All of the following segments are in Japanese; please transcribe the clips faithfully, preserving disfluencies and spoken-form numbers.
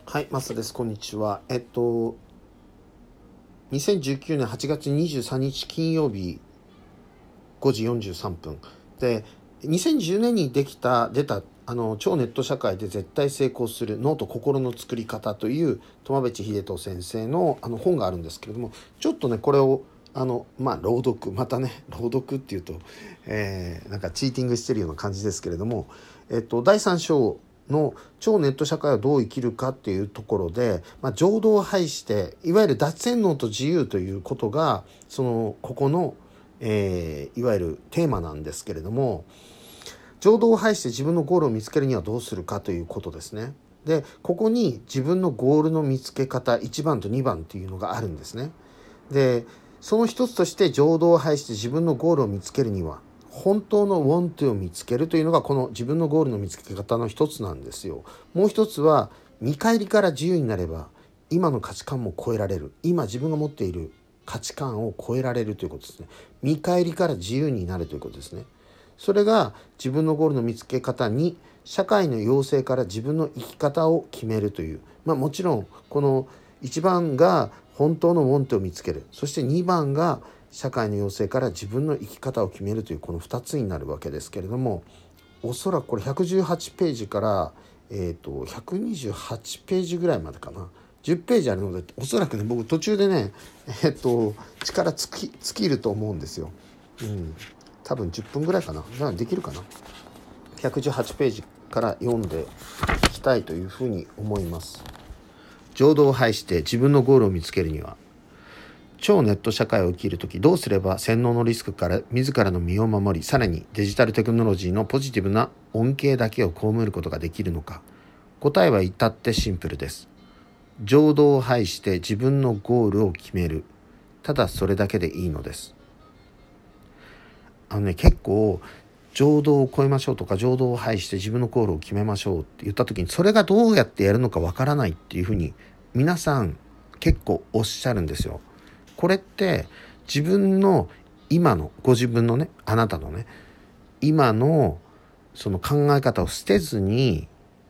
はい、マスです。こんにちは。えっと、にせんじゅうきゅうねんはちがつにじゅうさんにち金曜日ごじよんじゅうさんぷんで、にせんじゅうねんにできた、出た、あの、超ネット社会で絶対成功する脳と心の作り方という、苫部地秀人先生のあの本があるんですけれども、ちょっとね、これを、あの、まあ、朗読、またね、朗読っていうと、えー、なんかチーティングしてるような感じですけれども、えっと、だいさん章の超ネット社会をどう生きるかっていうところで、まあ、浄土を排していわゆる脱洗脳と自由ということがそのここの、えー、いわゆるテーマなんですけれども、浄土を排して自分のゴールを見つけるにはどうするかということですね。でここに自分のゴールの見つけ方いちばんとにばんというのがあるんですね。でその一つとして浄土を排して自分のゴールを見つけるには本当の want を見つけるというのがこの自分のゴールの見つけ方の一つなんですよ。もう一つは見返りから自由になれば今の価値観も超えられる、今自分が持っている価値観を超えられるということですね。見返りから自由になるということですね。それが自分のゴールの見つけ方に社会の要請から自分の生き方を決めるという、まあもちろんこのいちばんが本当の want を見つける、そしてにばんが社会の要請から自分の生き方を決めるというこのふたつになるわけですけれども、おそらくこれひゃくじゅうはちページから、えー、とひゃくにじゅうはちページぐらいまでかな、じゅっページあるのでおそらくね僕途中でね、えー、と力尽き尽きると思うんですよ。うん、多分じゅっぷんぐらいかな、まあ、できるかな。ひゃくじゅうはちページから読んでいきたいというふうに思います。浄土を排して自分のゴールを見つけるには、超ネット社会を生きるときどうすれば洗脳のリスクから自らの身を守り、さらにデジタルテクノロジーのポジティブな恩恵だけを被ることができるのか。答えは至ってシンプルです。浄土を排して自分のゴールを決める。ただそれだけでいいのです。あのね、結構浄土を超えましょうとか浄土を排して自分のゴールを決めましょうって言った時にそれがどうやってやるのかわからないっていうふうに皆さん結構おっしゃるんですよ。これって自分の今のご自分のね、あなたのね今のその考え方を捨てずに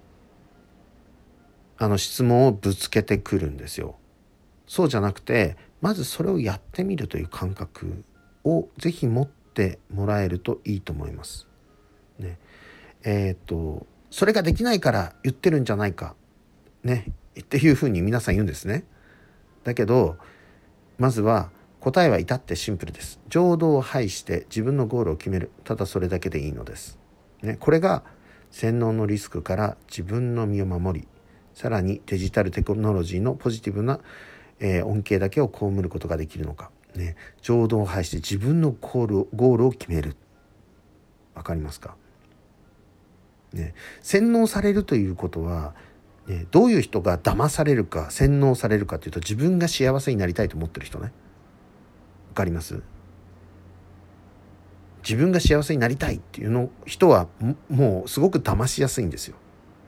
あの質問をぶつけてくるんですよ。そうじゃなくてまずそれをやってみるという感覚をぜひ持ってもらえるといいと思います。ね、えっとそれができないから言ってるんじゃないかねっていうふうに皆さん言うんですね。だけどまずは答えは至ってシンプルです。浄土を排して自分のゴールを決める。ただそれだけでいいのです。ね、これが洗脳のリスクから自分の身を守り、さらにデジタルテクノロジーのポジティブな、えー、恩恵だけを被ることができるのか。ね、浄土を排して自分のゴールを、ゴールを決める。わかりますか？ね、洗脳されるということは、ね、どういう人が騙されるか洗脳されるかというと自分が幸せになりたいと思ってる人ね。わかります？自分が幸せになりたいっていうの人はもうすごく騙しやすいんですよ。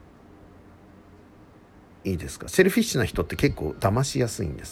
いいですか？セルフィッシュな人って結構騙しやすいんです。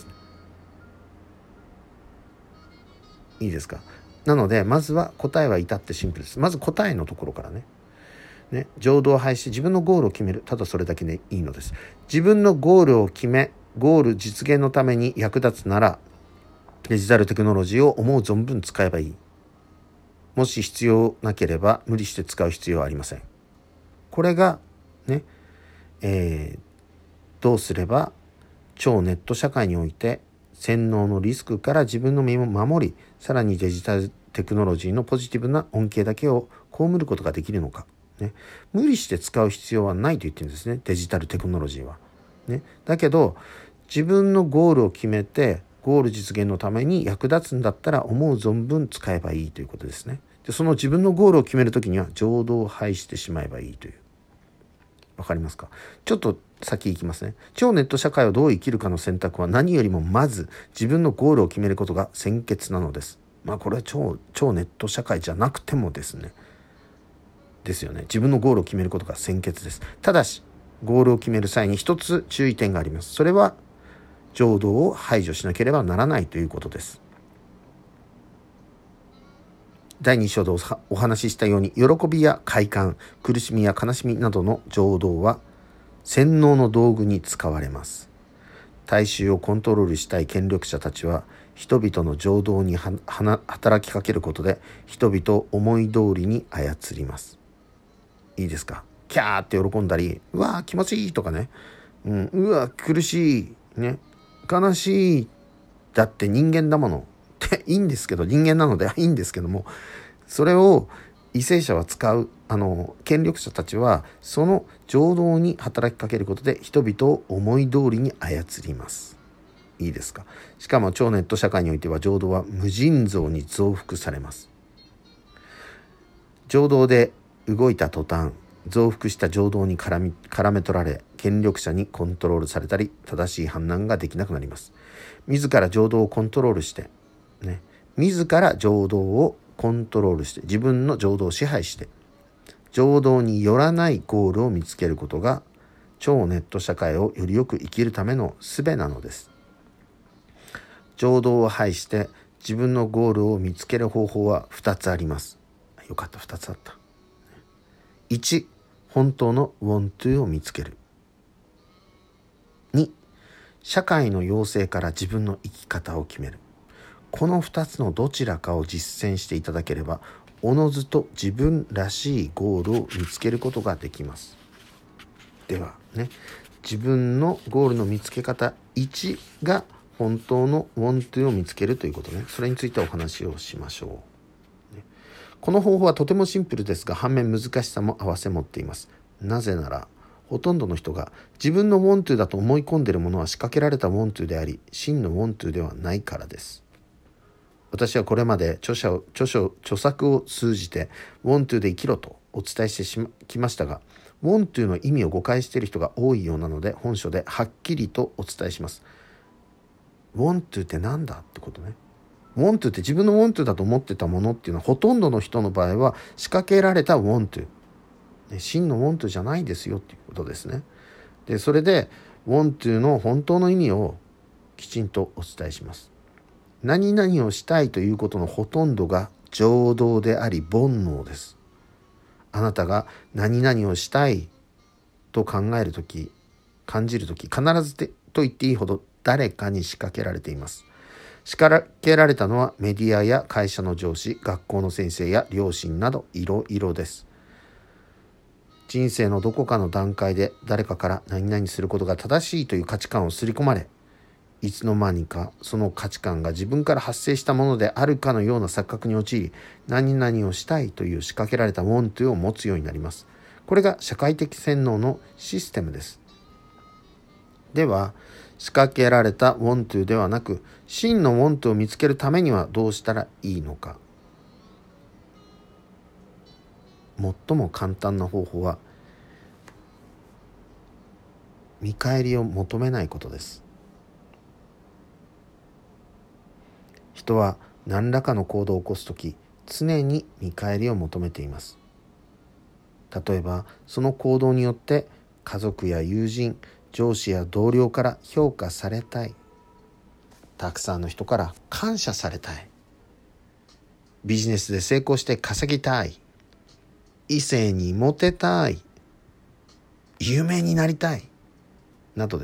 いいですか？なのでまずは答えは至ってシンプルです。まず答えのところからね。ね、浄土を排して自分のゴールを決める。ただそれだけでいいのです。自分のゴールを決め、ゴール実現のために役立つなら、デジタルテクノロジーを思う存分使えばいい。もし必要なければ無理して使う必要はありません。これがね、えー、どうすれば超ネット社会において洗脳のリスクから自分の身を守り、さらにデジタルテクノロジーのポジティブな恩恵だけを被ることができるのか。ね、無理して使う必要はないと言ってるんですね、デジタルテクノロジーは。ね、だけど自分のゴールを決めてゴール実現のために役立つんだったら思う存分使えばいいということですね。でその自分のゴールを決めるときには浄土を排してしまえばいいという。わかりますか？ちょっと先行きますね。超ネット社会をどう生きるかの選択は何よりもまず自分のゴールを決めることが先決なのです。まあこれは超、超ネット社会じゃなくてもですね。ですよね。自分のゴールを決めることが先決です。ただしゴールを決める際に一つ注意点があります。それは浄土を排除しなければならないということです。だいに章でお話ししたように喜びや快感、苦しみや悲しみなどの浄土は洗脳の道具に使われます。大衆をコントロールしたい権力者たちは、人々の情動にはは働きかけることで人々を思い通りに操ります。いいですか。キャーって喜んだり、うわー気持ちいいとかね、うん、うわ苦しいね、悲しい、だって人間だものっていいんですけど、人間なのでいいんですけども、それを為政者は使う、あの権力者たちはその情動に働きかけることで人々を思い通りに操ります。いいですか。しかも超ネット社会においては情動は無尽蔵に増幅されます。情動で動いた途端、増幅した情動に絡み絡め取られ、権力者にコントロールされたり、正しい判断ができなくなります。自ら情動をコントロールして、ね、自ら情動をコントロールして、自分の情動を支配して、情動によらないゴールを見つけることが、超ネット社会をよりよく生きるための術なのです。情動を排して自分のゴールを見つける方法はふたつあります。よかった、ふたつあった。いち、本当の want to を見つける。に、社会の要請から自分の生き方を決める。このふたつのどちらかを実践していただければ、おのずと自分らしいゴールを見つけることができます。ではね、自分のゴールの見つけ方いちが本当の want to を見つけるということね。それについてお話をしましょう。ね、この方法はとてもシンプルですが、反面難しさも併せ持っています。なぜなら、ほとんどの人が自分の want to だと思い込んでいるものは仕掛けられた want to であり、真の want to ではないからです。私はこれまで著者を著書著作を通じて want to で生きろとお伝えしてしまきましたが、want to の意味を誤解している人が多いようなので、本書ではっきりとお伝えします。want to ってなんだってことね。want to って自分の want to だと思ってたものっていうのは、ほとんどの人の場合は仕掛けられた want to、ね、真の want to じゃないですよっていうことですね。で、それで want to の本当の意味をきちんとお伝えします。何々をしたいということのほとんどが情動であり煩悩です。あなたが何々をしたいと考えるとき、感じるとき、必ずと言っていいほど誰かに仕掛けられています。仕掛けられたのはメディアや会社の上司、学校の先生や両親などいろいろです。人生のどこかの段階で誰かから何々することが正しいという価値観を刷り込まれ、いつの間にかその価値観が自分から発生したものであるかのような錯覚に陥り、何々をしたいという仕掛けられた want to を持つようになります。これが社会的洗脳のシステムです。では、仕掛けられた want to ではなく、真の want to を見つけるためにはどうしたらいいのか。最も簡単な方法は、見返りを求めないことです。人は何らかの行動を起こすとき、常に見返りを求めています。例えば、その行動によって家族や友人、上司や同僚から評価されたい。たくさんの人から感謝されたい。ビジネスで成功して稼ぎたい。異性にモテたい。有名になりたい。などです。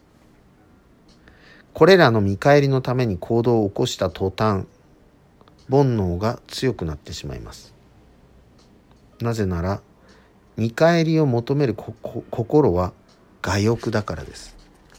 これらの見返りのために行動を起こした途端、煩悩が強くなってしまいます。なぜなら、見返りを求めるここ心は我欲だからです。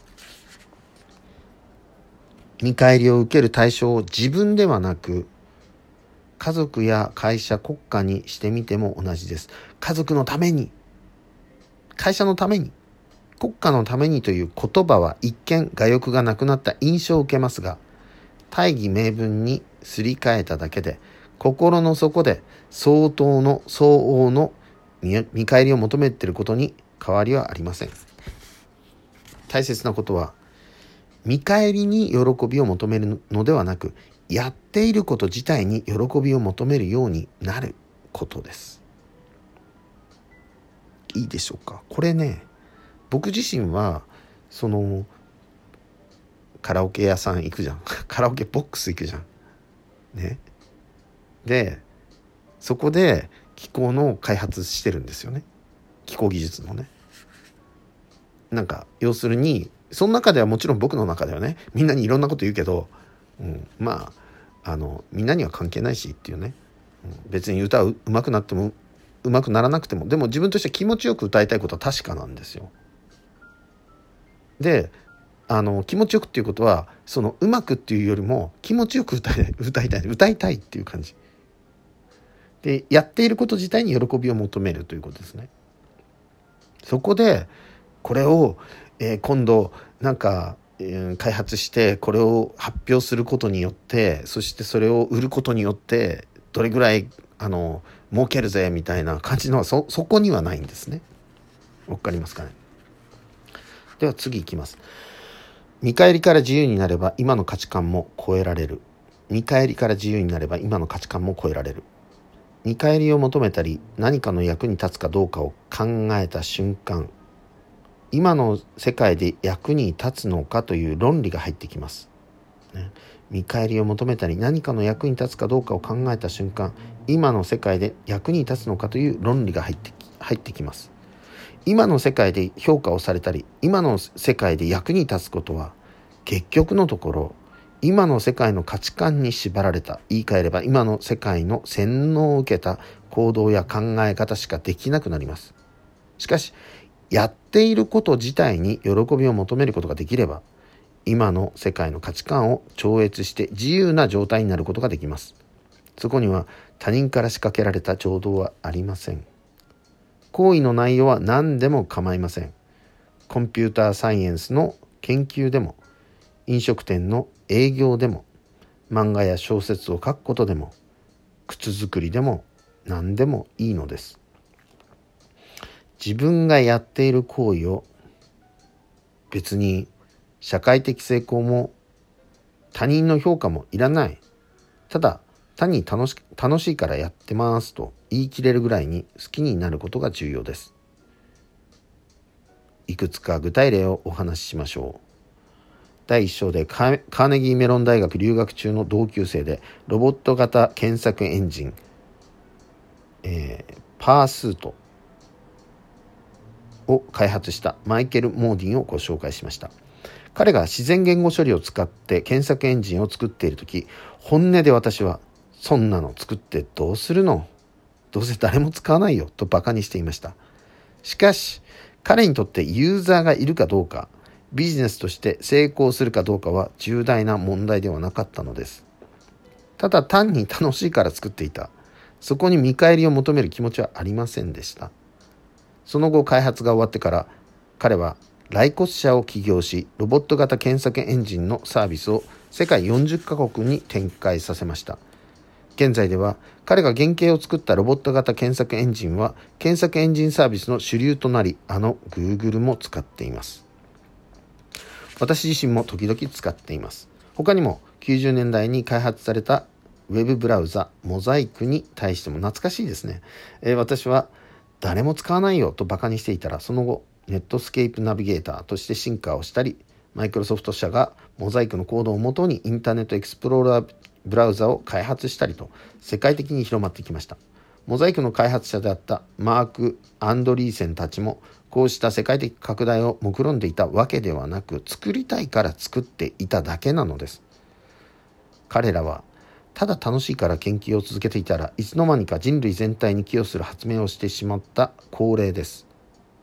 見返りを受ける対象を自分ではなく、家族や会社、国家にしてみても同じです。家族のために、会社のために、国家のためにという言葉は一見我欲がなくなった印象を受けますが、大義名分にすり替えただけで、心の底で相当の相応の見返りを求めていることに変わりはありません。大切なことは、見返りに喜びを求めるのではなく、やっていること自体に喜びを求めるようになることです。いいでしょうか。これね、僕自身はそのカラオケ屋さん行くじゃんカラオケボックス行くじゃんね。でそこで気候の開発してるんですよね。気候技術のね。 なんか要するにその中ではもちろん僕の中ではねみんなにいろんなこと言うけど、うん、まああのみんなには関係ないしっていうね、うん、別に歌う上手くなっても上手くならなくてもでも自分としては気持ちよく歌いたいことは確かなんですよ。であの気持ちよくっていうことはその上手くっていうよりも気持ちよく歌い歌いたい歌いたいっていう感じでやっていること自体に喜びを求めるということですね。そこでこれを、えー、今度なんか、えー、開発してこれを発表することによってそしてそれを売ることによってどれぐらいあの儲けるぜみたいな感じのは そ, そこにはないんですね。わかりますかね。では次いきます。見返りから自由になれば今の価値観も超えられる。見返りから自由になれば今の価値観も超えられる。見返りを求めたり何かの役に立つかどうかを考えた瞬間、今の世界で役に立つのかという論理が入ってきます、ね、見返りを求めたり何かの役に立つかどうかを考えた瞬間、今の世界で役に立つのかという論理が入ってき、入ってきます。今の世界で評価をされたり今の世界で役に立つことは結局のところ今の世界の価値観に縛られた、言い換えれば今の世界の洗脳を受けた行動や考え方しかできなくなります。しかしやっていること自体に喜びを求めることができれば今の世界の価値観を超越して自由な状態になることができます。そこには他人から仕掛けられた情動はありません。行為の内容は何でも構いません。コンピューターサイエンスの研究でも飲食店の営業でも漫画や小説を書くことでも靴作りでも何でもいいのです。自分がやっている行為を別に社会的成功も他人の評価もいらない、ただ単に楽し、楽しいからやってますと言い切れるぐらいに好きになることが重要です。いくつか具体例をお話ししましょう。だいいっ章でカーネギーメロン大学留学中の同級生でロボット型検索エンジン、えー、パースートを開発したマイケル・モーディンをご紹介しました。彼が自然言語処理を使って検索エンジンを作っているとき、本音で私はそんなの作ってどうするの、どうせ誰も使わないよとバカにしていました。しかし彼にとってユーザーがいるかどうか、ビジネスとして成功するかどうかは重大な問題ではなかったのです。ただ単に楽しいから作っていた。そこに見返りを求める気持ちはありませんでした。その後開発が終わってから彼はライコス社を起業し、ロボット型検索エンジンのサービスを世界よんじゅっカ国に展開させました。現在では彼が原型を作ったロボット型検索エンジンは検索エンジンサービスの主流となり、あの Google も使っています。私自身も時々使っています。他にもきゅうじゅうねんだいに開発されたウェブブラウザモザイクに対しても懐かしいですね。えー、私は誰も使わないよとバカにしていたら、その後ネットスケープナビゲーターとして進化をしたり、マイクロソフト社がモザイクのコードをもとにインターネットエクスプローラーブラウザを開発したりと世界的に広まってきました。モザイクの開発者であったマーク・アンドリーセンたちもこうした世界的拡大を目論んでいたわけではなく、作りたいから作っていただけなのです。彼らはただ楽しいから研究を続けていたらいつの間にか人類全体に寄与する発明をしてしまった高齢です。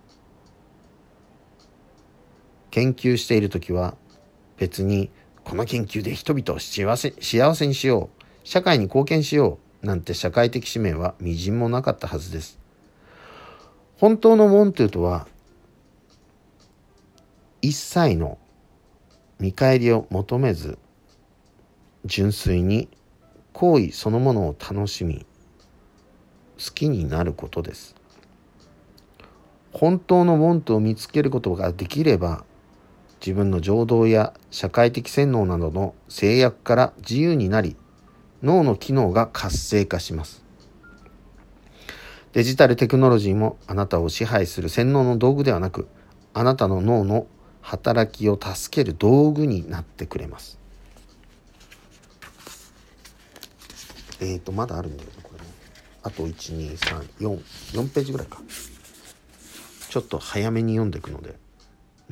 研究しているときは別にこの研究で人々を幸せ、幸せにしよう、社会に貢献しようなんて社会的使命はみじんもなかったはずです。本当のモントゥとは一切の見返りを求めず、純粋に行為そのものを楽しみ好きになることです。本当のモントゥを見つけることができれば、自分の情動や社会的洗脳などの制約から自由になり、脳の機能が活性化します。デジタルテクノロジーもあなたを支配する洗脳の道具ではなく、あなたの脳の働きを助ける道具になってくれます。えーとまだあるんだけど、これね、あといち、に、さん、よん、よんページぐらいか。ちょっと早めに読んでいくので、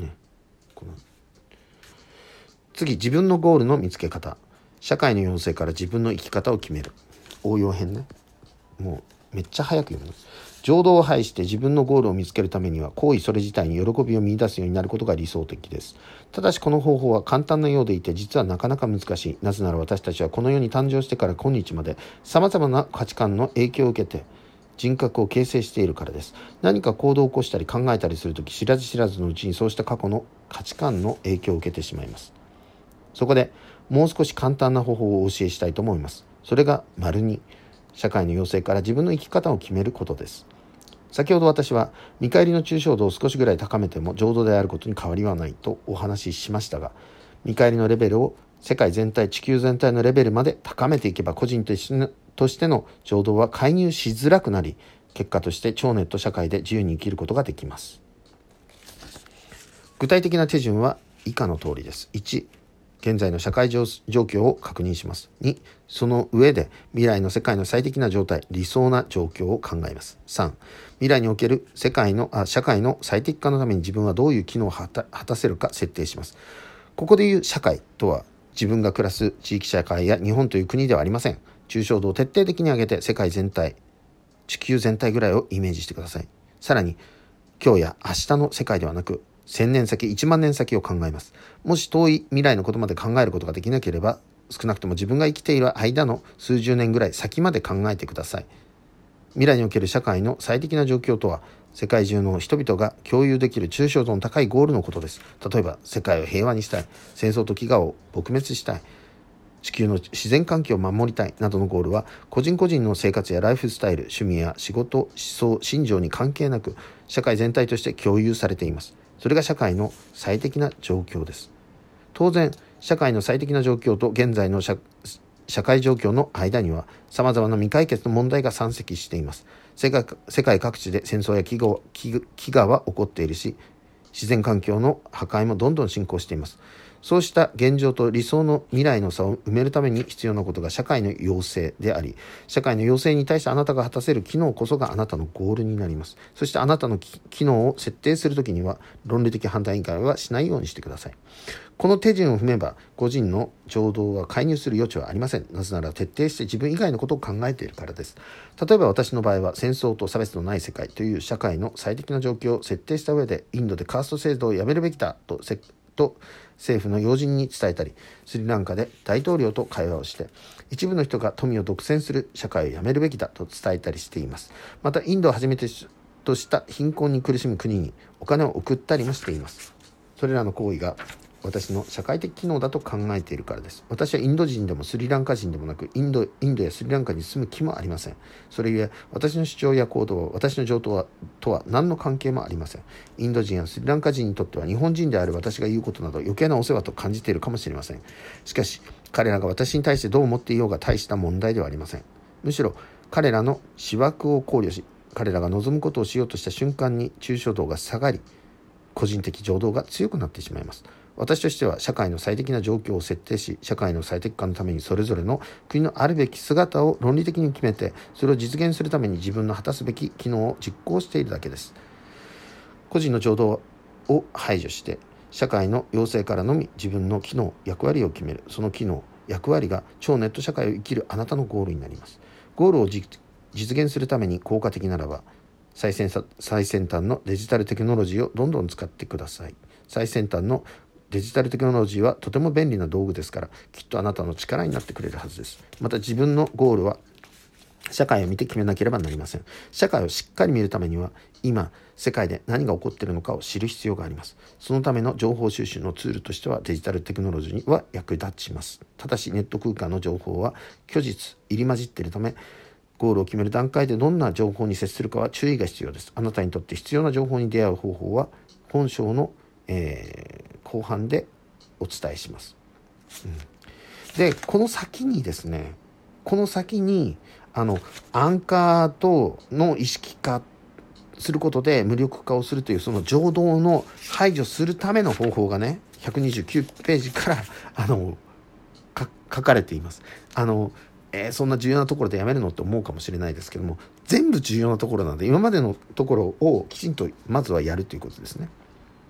次、自分のゴールの見つけ方。社会の要請から自分の生き方を決める。応用編ね。もうめっちゃ早く読む。情動を排して自分のゴールを見つけるためには、行為それ自体に喜びを見出すようになることが理想的です。ただしこの方法は簡単なようでいて、実はなかなか難しい。なぜなら私たちはこの世に誕生してから今日まで様々な価値観の影響を受けて人格を形成しているからです。何か行動を起こしたり考えたりするとき、知らず知らずのうちにそうした過去の価値観の影響を受けてしまいます。そこでもう少し簡単な方法をお教えしたいと思います。それが丸に、社会の要請から自分の生き方を決めることです。先ほど私は見返りの抽象度を少しぐらい高めても浄土であることに変わりはないとお話ししましたが、見返りのレベルを世界全体、地球全体のレベルまで高めていけば、個人としての浄土は介入しづらくなり、結果として超ネット社会で自由に生きることができます。具体的な手順は以下の通りです。いち、現在の社会状況を確認します。に、その上で未来の世界の最適な状態、理想な状況を考えます。さん、未来における世界のあ社会の最適化のために自分はどういう機能を果た、果たせるか設定します。ここでいう社会とは、自分が暮らす地域社会や日本という国ではありません。抽象度を徹底的に上げて世界全体、地球全体ぐらいをイメージしてください。さらに、今日や明日の世界ではなく、千年先、一万年先を考えます。もし遠い未来のことまで考えることができなければ、少なくとも自分が生きている間の数十年ぐらい先まで考えてください。未来における社会の最適な状況とは、世界中の人々が共有できる抽象度の高いゴールのことです。例えば、世界を平和にしたい、戦争と飢餓を撲滅したい、地球の自然環境を守りたいなどのゴールは、個人個人の生活やライフスタイル、趣味や仕事、思想、信条に関係なく、社会全体として共有されています。それが社会の最適な状況です。当然、社会の最適な状況と現在の 社, 社会状況の間には様々な未解決の問題が山積しています。世界、世界各地で戦争や飢餓、飢餓は起こっているし、自然環境の破壊もどんどん進行しています。そうした現状と理想の未来の差を埋めるために必要なことが社会の要請であり、社会の要請に対してあなたが果たせる機能こそがあなたのゴールになります。そしてあなたの機能を設定するときには論理的判断以外はしないようにしてください。この手順を踏めば個人の情動は介入する余地はありません。なぜなら徹底して自分以外のことを考えているからです。例えば私の場合は戦争と差別のない世界という社会の最適な状況を設定した上で、インドでカースト制度をやめるべきだとせと政府の要人に伝えたり、スリランカで大統領と会話をして、一部の人が富を独占する社会をやめるべきだと伝えたりしています。またインドをはじめとした貧困に苦しむ国にお金を送ったりもしています。それらの行為が私の社会的機能だと考えているからです。私はインド人でもスリランカ人でもなく、インド、インドやスリランカに住む気もありません。それゆえ、私の主張や行動は、私の情動はとは何の関係もありません。インド人やスリランカ人にとっては、日本人である私が言うことなど余計なお世話と感じているかもしれません。しかし、彼らが私に対してどう思っていようが大した問題ではありません。むしろ、彼らの思惑を考慮し、彼らが望むことをしようとした瞬間に抽象度が下がり、個人的情動が強くなってしまいます。私としては社会の最適な状況を設定し、社会の最適化のためにそれぞれの国のあるべき姿を論理的に決めて、それを実現するために自分の果たすべき機能を実行しているだけです。個人の情動を排除して、社会の要請からのみ自分の機能、役割を決める。その機能、役割が超ネット社会を生きるあなたのゴールになります。ゴールを実現するために効果的ならば、最先最先端のデジタルテクノロジーをどんどん使ってください。最先端のデジタルテクノロジーはとても便利な道具ですから、きっとあなたの力になってくれるはずです。また自分のゴールは社会を見て決めなければなりません。社会をしっかり見るためには、今世界で何が起こっているのかを知る必要があります。そのための情報収集のツールとしてはデジタルテクノロジーは役立ちます。ただしネット空間の情報は虚実入り混じっているため、ゴールを決める段階でどんな情報に接するかは注意が必要です。あなたにとって必要な情報に出会う方法は本章の、えー、後半でお伝えします。うん、で、この先にですね、この先にあのアンカーとの意識化することで無力化をするというその情動の排除するための方法がね、ひゃくにじゅうきゅうページからあの書かれています。あのえー、そんな重要なところでやめるのって思うかもしれないですけども、全部重要なところなので、今までのところをきちんとまずはやるということですね。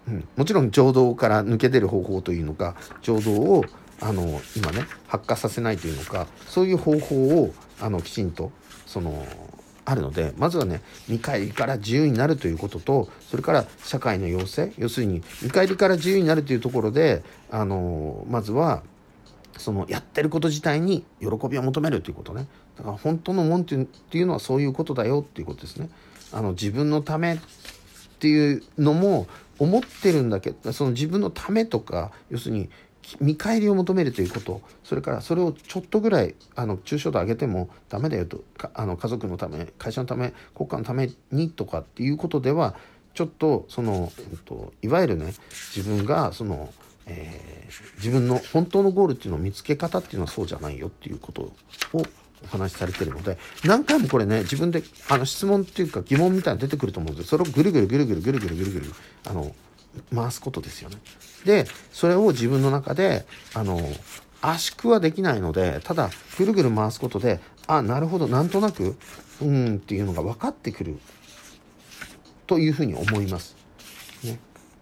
うん、もちろん情動から抜け出る方法というのか、情動をあの今ね発火させないというのか、そういう方法をあのきちんとそのあるので、まずはね見返りから自由になるということと、それから社会の要請、要するに見返りから自由になるというところで、あのまずはそのやってること自体に喜びを求めるということね。だから本当のもんっていう、っていうのはそういうことだよっていうことですね。あの自分のためっていうのも思ってるんだけど、その自分のためとか、要するに見返りを求めるということ、それからそれをちょっとぐらいあの抽象度上げてもダメだよと、かあの家族のため、会社のため、国家のためにとかっていうことではちょっとその、えっと、いわゆるね自分がその、えー、自分の本当のゴールっていうのを見つけ方っていうのはそうじゃないよっていうことをお話しされてるので、何回もこれね自分であの質問っていうか疑問みたいなの出てくると思うんで、それをぐるぐるぐるぐるぐるぐるぐるぐるあの回すことですよね。でそれを自分の中であの圧縮はできないので、ただぐるぐる回すことで、あ、なるほど、なんとなくうんっていうのが分かってくるというふうに思いますね。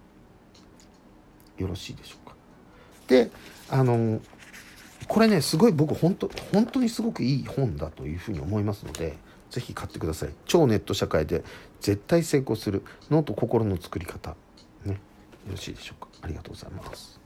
よろしいでしょうか。であのこれねすごい僕本当本当にすごくいい本だというふうに思いますので、ぜひ買ってください。超ネット社会で絶対成功する脳と心の作り方ね。よろしいでしょうか。ありがとうございます。